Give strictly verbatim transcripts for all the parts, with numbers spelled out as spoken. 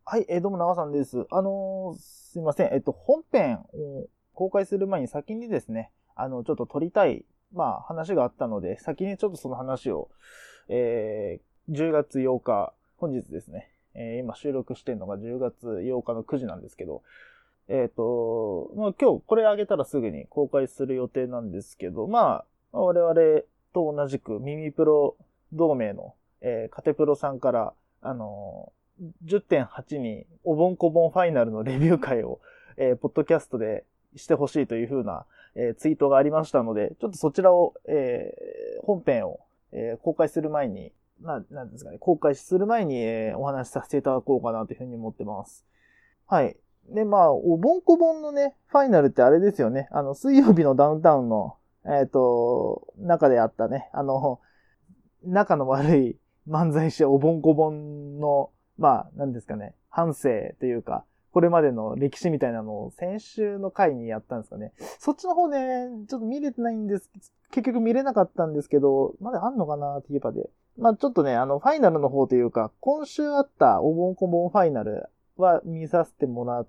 はい、えーどうも、長さんです。あのーすいません。えっと、本編を公開する前に先にですね、あの、ちょっと撮りたい、まあ、話があったので、先にちょっとその話を、えー、じゅうがつようか、本日ですね、えー今収録してるのがじゅうがつようかのくじなんですけど、えっと、まあ、今日これ上げたらすぐに公開する予定なんですけど、まあ、我々と同じく耳プロ同盟の、えーカテプロさんから、あのーじゅってんはちにおぼんこぼんファイナルのレビュー会を、えーポッドキャストでしてほしいという風な、えーツイートがありましたので、ちょっとそちらを、えー本編を、えー公開する前に、な、なんですかね、公開する前に、えーお話しさせていただこうかなという風に思ってます。はい。で、まあ、おぼんこぼんのね、ファイナルってあれですよね。あの、水曜日のダウンタウンの、えっと、中であったね、あの、仲の悪い漫才師おぼんこぼんの、まあ、なんですかね、反省というか、これまでの歴史みたいなのを先週の回にやったんですかね。そっちの方ね、ちょっと見れてないんです。結局見れなかったんですけど、まだあんのかな、ティーパで。まあちょっとね、あの、ファイナルの方というか、今週あったおぼんこぼんファイナルは見させてもらって、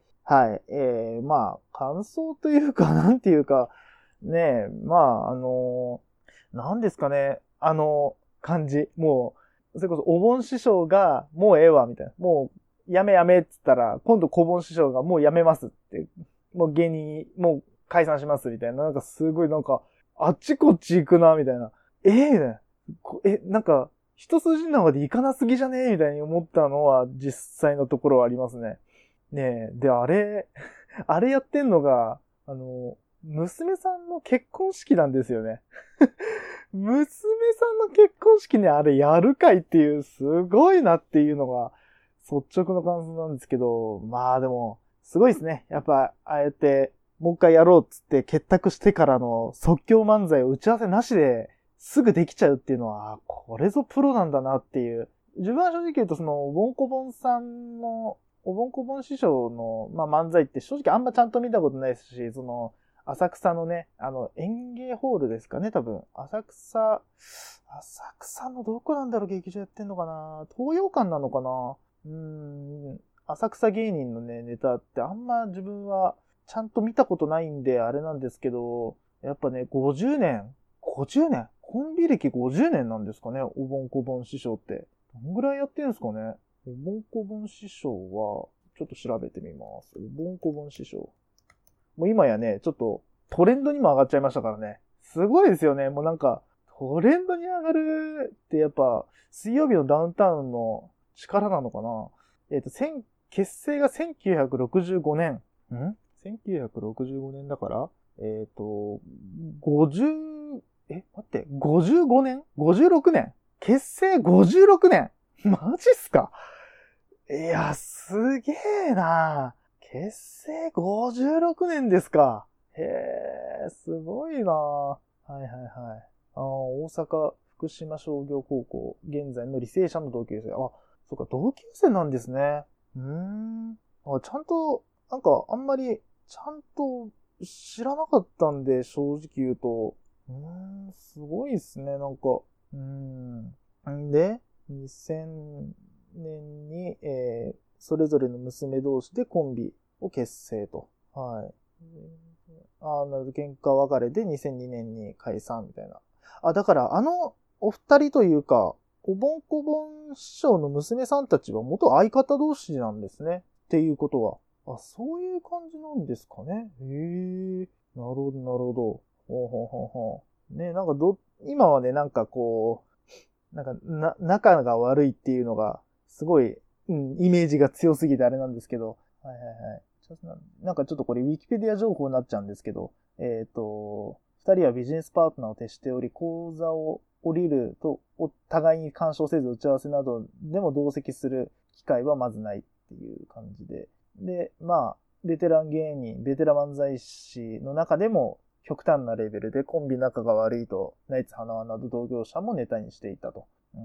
はい、えー、まあ、感想というか、なんていうか、ねえ、まあ、あのー、なんですかね、あの感じ。もう、それこそお盆師匠が、もうええわ、みたいな。もう、やめやめって言ったら、今度小盆師匠がもうやめますって、もう芸人、もう解散しますみたいな。なんかすごいなんか、あっちこっち行くな、みたいな。ええみたいな。え、なんか、一筋縄で行かなすぎじゃねえみたいに思ったのは実際のところはありますね。ねえ。で、あれ、あれやってんのが、あの、娘さんの結婚式なんですよね。娘さんの結婚式ね、あれやるかいっていう、すごいなっていうのが、率直な感想なんですけど、まあでも、すごいですね。やっぱ、ああやって、もう一回やろうっつって結託してからの即興漫才を打ち合わせなしですぐできちゃうっていうのは、これぞプロなんだなっていう。自分は正直言うと、その、おぼんこぼんさんの、おぼんこぼん師匠の、まあ、漫才って正直あんまちゃんと見たことないですし、その、浅草のね、あの、演芸ホールですかね、多分。浅草、浅草のどこなんだろう、劇場やってんのかな、東洋館なのかな。うーん、浅草芸人のね、ネタってあんま自分はちゃんと見たことないんで、あれなんですけど、やっぱね、ごじゅうねん、ごじゅうねんコンビ歴ごじゅうねんなんですかね、おぼんこぼん師匠って。どんぐらいやってんすかね。おぼんこぼん師匠は、ちょっと調べてみます。おぼんこぼん師匠。もう今やね、ちょっとトレンドにも上がっちゃいましたからね。すごいですよね。もうなんか、トレンドに上がるってやっぱ、水曜日のダウンタウンの力なのかな。えっ、と、結成がせんきゅうひゃくろくじゅうごねん。ん ?せんきゅうひゃくろくじゅうご 年だから、えっ、と、ごじゅう、え、待って、ごじゅうごねん ?ごじゅうろく 年結成ごじゅうろくねんマジっすか。いや、すげえな。結成ごじゅうろくねんですか。へえ、すごいな。はいはいはい。あ、大阪福島商業高校、現在の履正社の同級生。あ、そっか、同級生なんですね。うーん。あ、ちゃんと、なんか、あんまり、ちゃんと知らなかったんで、正直言うと。うーん、すごいっすね、なんか。うーん。んで、にせんねんに、えー、それぞれの娘同士でコンビを結成と。はい。ああ、なるほど。喧嘩別れでにせんにねんに解散みたいな。あ、だからあのお二人というか、おぼんこぼん師匠の娘さんたちは元相方同士なんですね。っていうことは。あ、そういう感じなんですかね。へえ。なるほど、なるほど。ほうほうほうほう。ね、なんかど、今はね、なんかこう、なんか、な、仲が悪いっていうのが、すごい、うん、イメージが強すぎてあれなんですけど。はいはいはい。ちょっとななんかちょっとこれウィキペディア情報になっちゃうんですけど、えっ、と、二人はビジネスパートナーを徹しており、講座を降りると、お互いに干渉せず打ち合わせなどでも同席する機会はまずないっていう感じで。で、まあ、ベテラン芸人、ベテラン漫才師の中でも極端なレベルでコンビ仲が悪いと、ナイツ花輪など同業者もネタにしていたと。うん。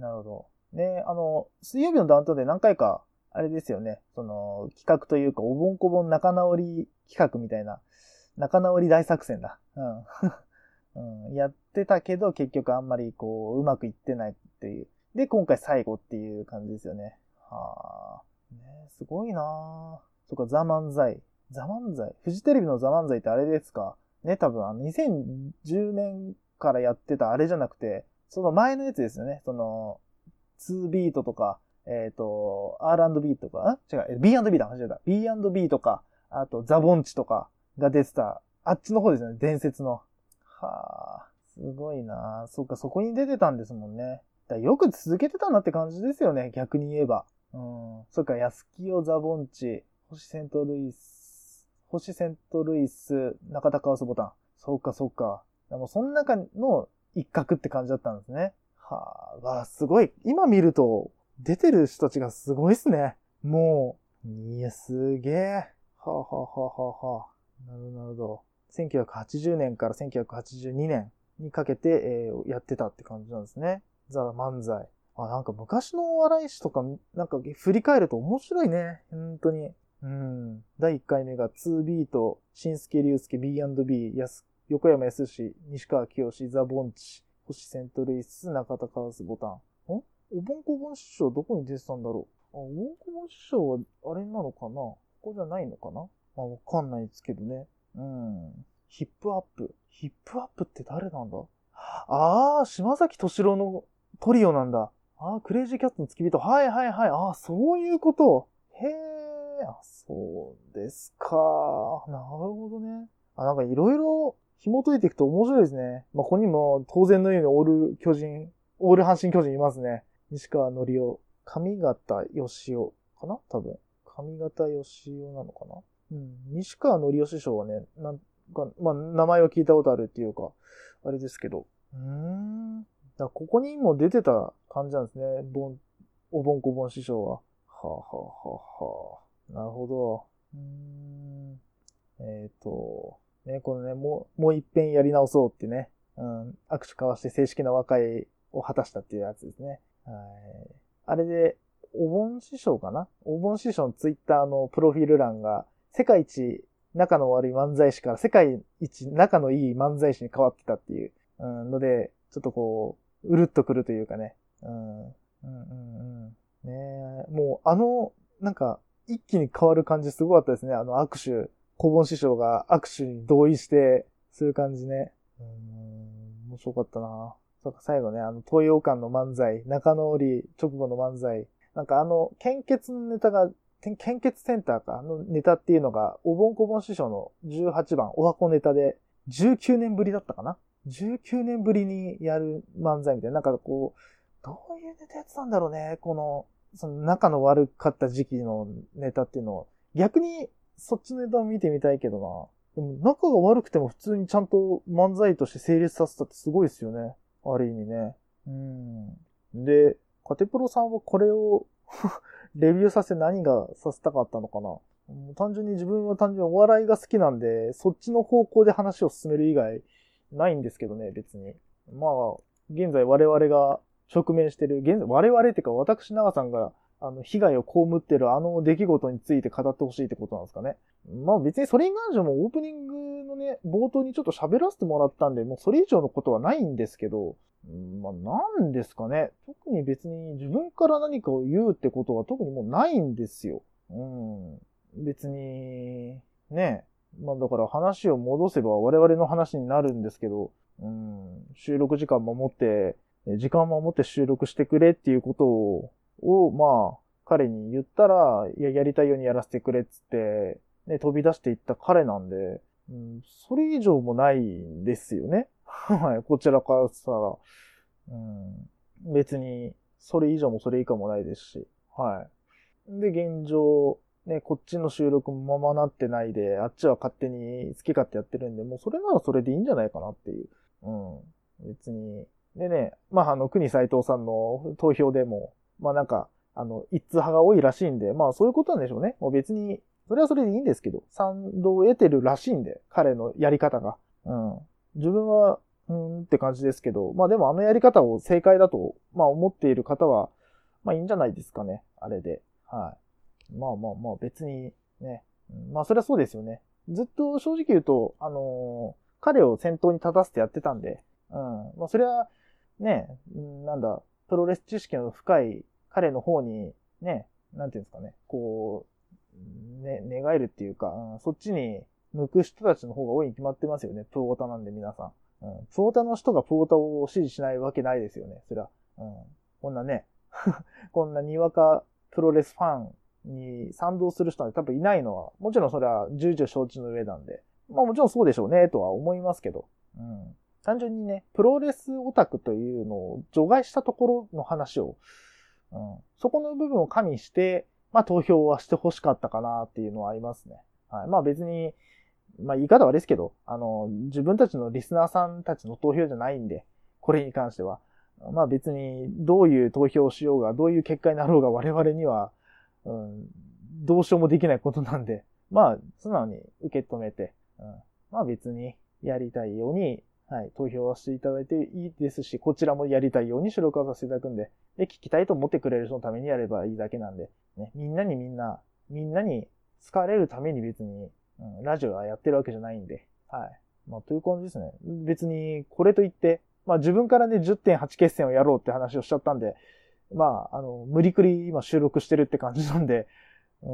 なるほど。ね、あの、水曜日のダウンタウンで何回か、あれですよね、その、企画というか、おぼんこぼん仲直り企画みたいな、仲直り大作戦だ。うん。うん、やってたけど、結局あんまりこう、うまくいってないっていう。で、今回最後っていう感じですよね。はすごいなぁ。そっか、ザ・漫才。ザ・漫才。フジテレビのザ・漫才ってあれですかね、多分、あの、にせんじゅうねんからやってたあれじゃなくて、その前のやつですよね。その、ツービートとか、えっ、ー、と、アールアンドビー とか、ん違う、ビーアンドビー だ、間違えた。ビーアンドビー とか、あと、ザ・ボンチとかが出てた、あっちの方ですよね、伝説の。はぁ、すごいなぁ。そっか、そこに出てたんですもんね。だよく続けてたなって感じですよね、逆に言えば。うん。そっか、安清、ザ・ボンチ、星セントルイス、星セントルイス、中田カウスボタン。そうか、そうか。でも、その中の一角って感じだったんですね。はぁ、わぁ、すごい。今見ると、出てる人たちがすごいっすね。もう、いや、すげえ。はぁ、はぁ、はぁ、はぁ、はぁ。なるほど、なるほど。せんきゅうひゃくはちじゅうねんからせんきゅうひゃくはちじゅうにねんにかけて、えー、やってたって感じなんですね。ザ・漫才。あ、なんか昔のお笑い師とか、なんか振り返ると面白いね。本当に。うん。だいいっかいめがツービート、新助竜介 ビーアンドビー、安、横山康志、西川きよし、ザ・ボンチ、星セントルイス、中田カウスボタン。んおぼんこぼん師匠どこに出てたんだろう。あ、おぼんこぼん師匠はあれなのかなここじゃないのかなまあ、わかんないですけどね。うん。ヒップアップ。ヒップアップって誰なんだあー、島崎敏郎のトリオなんだ。あー、クレイジーキャッツの付き人。はいはいはい。あー、そういうこと。へー。あ、そうですか。なるほどね。あ、なんかいろいろ紐解いていくと面白いですね。まあ、ここにも当然のようにオール巨人、オール阪神巨人いますね。西川のりお、上方義雄かな多分。上方義雄なのかなうん。西川のりお師匠はね、なんか、まあ、名前は聞いたことあるっていうか、あれですけど。うーん。だここにも出てた感じなんですね。ボン、おぼんこぼん師匠は。はあ、はあはあはあ、なるほど。うーん。えっ、ー、と、ね、このね、もう、もう一遍やり直そうってね、うん、握手交わして正式な和解を果たしたっていうやつですね。はい。あれで、お盆師匠かなお盆師匠のツイッターのプロフィール欄が、世界一仲の悪い漫才師から世界一仲のいい漫才師に変わってたっていう、うん、ので、ちょっとこう、うるっとくるというかね。うん、うん、うん、うん。ねえ、もうあの、なんか、一気に変わる感じすごかったですね。あの握手、小盆師匠が握手に同意して、そういう感じね。うーん、面白かったな。そうか、最後ね、あの、東洋館の漫才、仲直り直後の漫才。なんかあの、献血のネタが、献血センターか、のネタっていうのが、おぼんこぼん師匠のじゅうはちばん、おはこネタで、じゅうきゅうねんぶりだったかな ?じゅうきゅう 年ぶりにやる漫才みたいな。なんかこう、どういうネタやってたんだろうね。この、その仲の悪かった時期のネタっていうのを。逆に、そっちのネタを見てみたいけどな。でも仲が悪くても普通にちゃんと漫才として成立させたってすごいですよね。ある意味ね。うん。で、カテプロさんはこれをレビューさせ何がさせたかったのかな。単純に自分は単純にお笑いが好きなんで、そっちの方向で話を進める以外ないんですけどね、別に。まあ、現在我々が直面してる、現在我々っていうか私長さんがあの被害を被ってるあの出来事について語ってほしいってことなんですかね。まあ別にそれに関してもオープニングのね、冒頭にちょっと喋らせてもらったんで、もうそれ以上のことはないんですけど、まあなんですかね。特に別に自分から何かを言うってことは特にもうないんですよ。うん。別に、ね。まあだから話を戻せば我々の話になるんですけど、うん、収録時間守って、時間守って収録してくれっていうことを、をまあ、彼に言ったら、いや、やりたいようにやらせてくれっつって、ね、飛び出していった彼なんで、うん、それ以上もないんですよね。はい、こちらからしたら、うん、別に、それ以上もそれ以下もないですし、はい。で、現状、ね、こっちの収録もままなってないで、あっちは勝手に好き勝手やってるんで、もうそれならそれでいいんじゃないかなっていう。うん。別に。でね、まあ、あの、国斎藤さんの投票でも、まあなんか、あの、一通派が多いらしいんで、まあそういうことなんでしょうね。もう別に、それはそれでいいんですけど、賛同を得てるらしいんで、彼のやり方が。うん。自分は、うーんって感じですけど、まあでもあのやり方を正解だと、まあ思っている方は、まあいいんじゃないですかね。あれで。はい。まあまあまあ別にね。まあそれはそうですよね。ずっと正直言うと、あのー、彼を先頭に立たせてやってたんで、うん。まあそれは、ね、なんだ、プロレス知識の深い彼の方に、ね、 なんていうんですかね、こう、ね、寝返るっていうか、うん、そっちに向く人たちの方が多いに決まってますよね。プオタなんで皆さん。うん、プオタの人がプオタを支持しないわけないですよね。そりゃ。うん、こんなね、こんなにわかプロレスファンに賛同する人は多分いないのは、もちろんそれは重々承知の上なんで、まあもちろんそうでしょうね、とは思いますけど。うん、単純にね、プロレスオタクというのを除外したところの話を、うん、そこの部分を加味して、まあ投票はして欲しかったかなっていうのはありますね。はい。まあ別に、まあ言い方悪いですけど、あの、自分たちのリスナーさんたちの投票じゃないんで、これに関しては。まあ別にどういう投票をしようが、どういう結果になろうが我々には、うん、どうしようもできないことなんで、まあ素直に受け止めて、うん、まあ別にやりたいように、はい、投票はしていただいていいですし、こちらもやりたいように収録はさせていただくんで、で、聞きたいと思ってくれる人のためにやればいいだけなんで、ね、みんなにみんな、みんなに好かれるために別に、うん、ラジオはやってるわけじゃないんで、はい。まあという感じですね。別にこれといって、まあ自分からね じゅってんはち 決戦をやろうって話をしちゃったんで、まあ、あの、無理くり今収録してるって感じなんで、うん、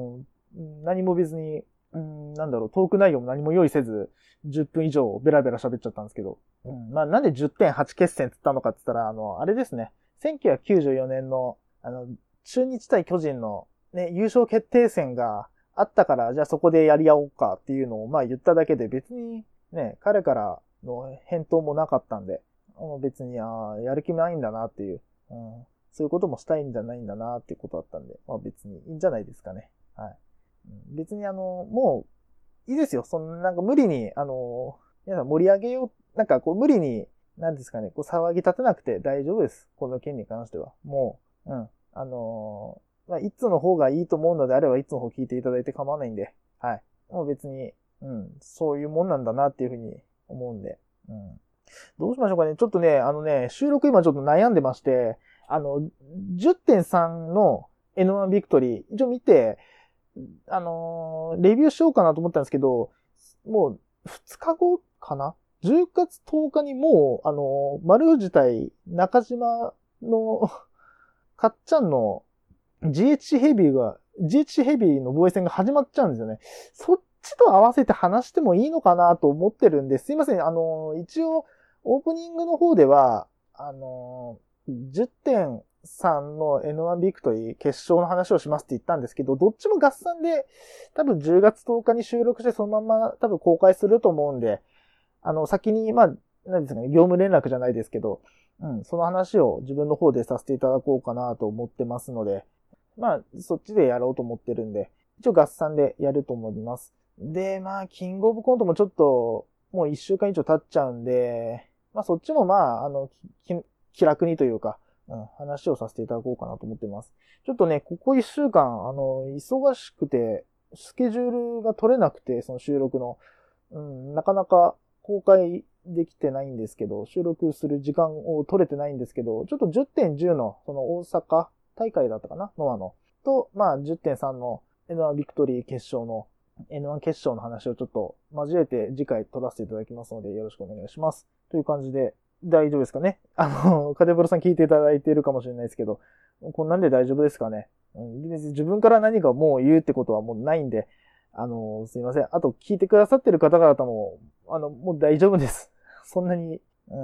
何も別に、うん、なんだろう、トーク内容も何も用意せず、じゅっぷん以上ベラベラ喋っちゃったんですけど、うん、まあなんで じゅってんはち 決戦って言ったのかって言ったら、あの、あれですね、せんきゅうひゃくきゅうじゅうよねんの、あの、中日対巨人のね、優勝決定戦があったから、じゃあそこでやり合おうかっていうのをまあ言っただけで別にね、彼からの返答もなかったんで、別に、あやる気もないんだなっていう、うん、そういうこともしたいんじゃないんだなっていうことだったんで、まあ別にいいんじゃないですかね。はい。別にあの、もう、いいですよ。そのなんか無理に、あの、皆さん盛り上げよう、なんかこう無理に、なんですかね、こう騒ぎ立てなくて大丈夫です。この件に関しては。もう、うん。あのー、まあ、いつの方がいいと思うのであれば、いつの方聞いていただいて構わないんで、はい。もう別に、うん、そういうもんなんだなっていうふうに思うんで、うん。どうしましょうかね。ちょっとね、あのね、収録今ちょっと悩んでまして、あの、じゅってんさん の エヌワン ビクトリー、一応見て、あのー、レビューしようかなと思ったんですけど、もうふつかごかな ?じゅうがつとおかにもう、あのー、丸藤対中島のかっちゃんの ジーエイチシー ヘビーが、ジーエイチシー ヘビーの防衛戦が始まっちゃうんですよね。そっちと合わせて話してもいいのかなと思ってるんで、すいません。あのー、一応、オープニングの方では、あのー、じゅってんさん の エヌワン ビクトリー決勝の話をしますって言ったんですけど、どっちも合算で多分じゅうがつとおかに収録してそのまま多分公開すると思うんで、あの、先に、まあ、何ですかね、業務連絡じゃないですけど、うん、その話を自分の方でさせていただこうかなと思ってますので、まあ、そっちでやろうと思ってるんで、一応合算でやると思います。で、まあ、キングオブコントもちょっと、もう一週間以上経っちゃうんで、まあそっちもまあ、あの、気楽にというか、うん、話をさせていただこうかなと思ってます。ちょっとね、ここ一週間、あの、忙しくて、スケジュールが取れなくて、その収録の、うん、なかなか公開できてないんですけど、収録する時間を取れてないんですけど、ちょっと じゅってんじゅう の、その大阪大会だったかなノアの。と、まあ じゅってんさん の エヌワン ビクトリー決勝の、エヌワン 決勝の話をちょっと交えて次回撮らせていただきますので、よろしくお願いします。という感じで、大丈夫ですかね。あの、カデブロさん聞いていただいているかもしれないですけど、こんなんで大丈夫ですかね。うん、自分から何かもう言うってことはもうないんで、あの、すいません。あと聞いてくださってる方々も、あの、もう大丈夫です。そんなに、うん。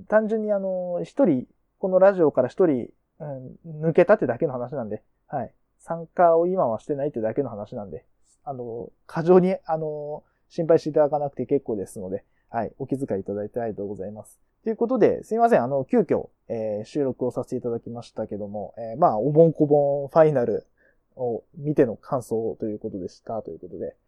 単純にあの、一人、このラジオから一人、うん、抜けたってだけの話なんで、はい。参加を今はしてないってだけの話なんで、あの、過剰に、あの、心配していただかなくて結構ですので、はい。お気遣いいただいてありがとうございます。ということで、すいません。あの、急遽、えー、収録をさせていただきましたけども、えー、まあ、おぼんこぼんファイナルを見ての感想ということでした。ということで、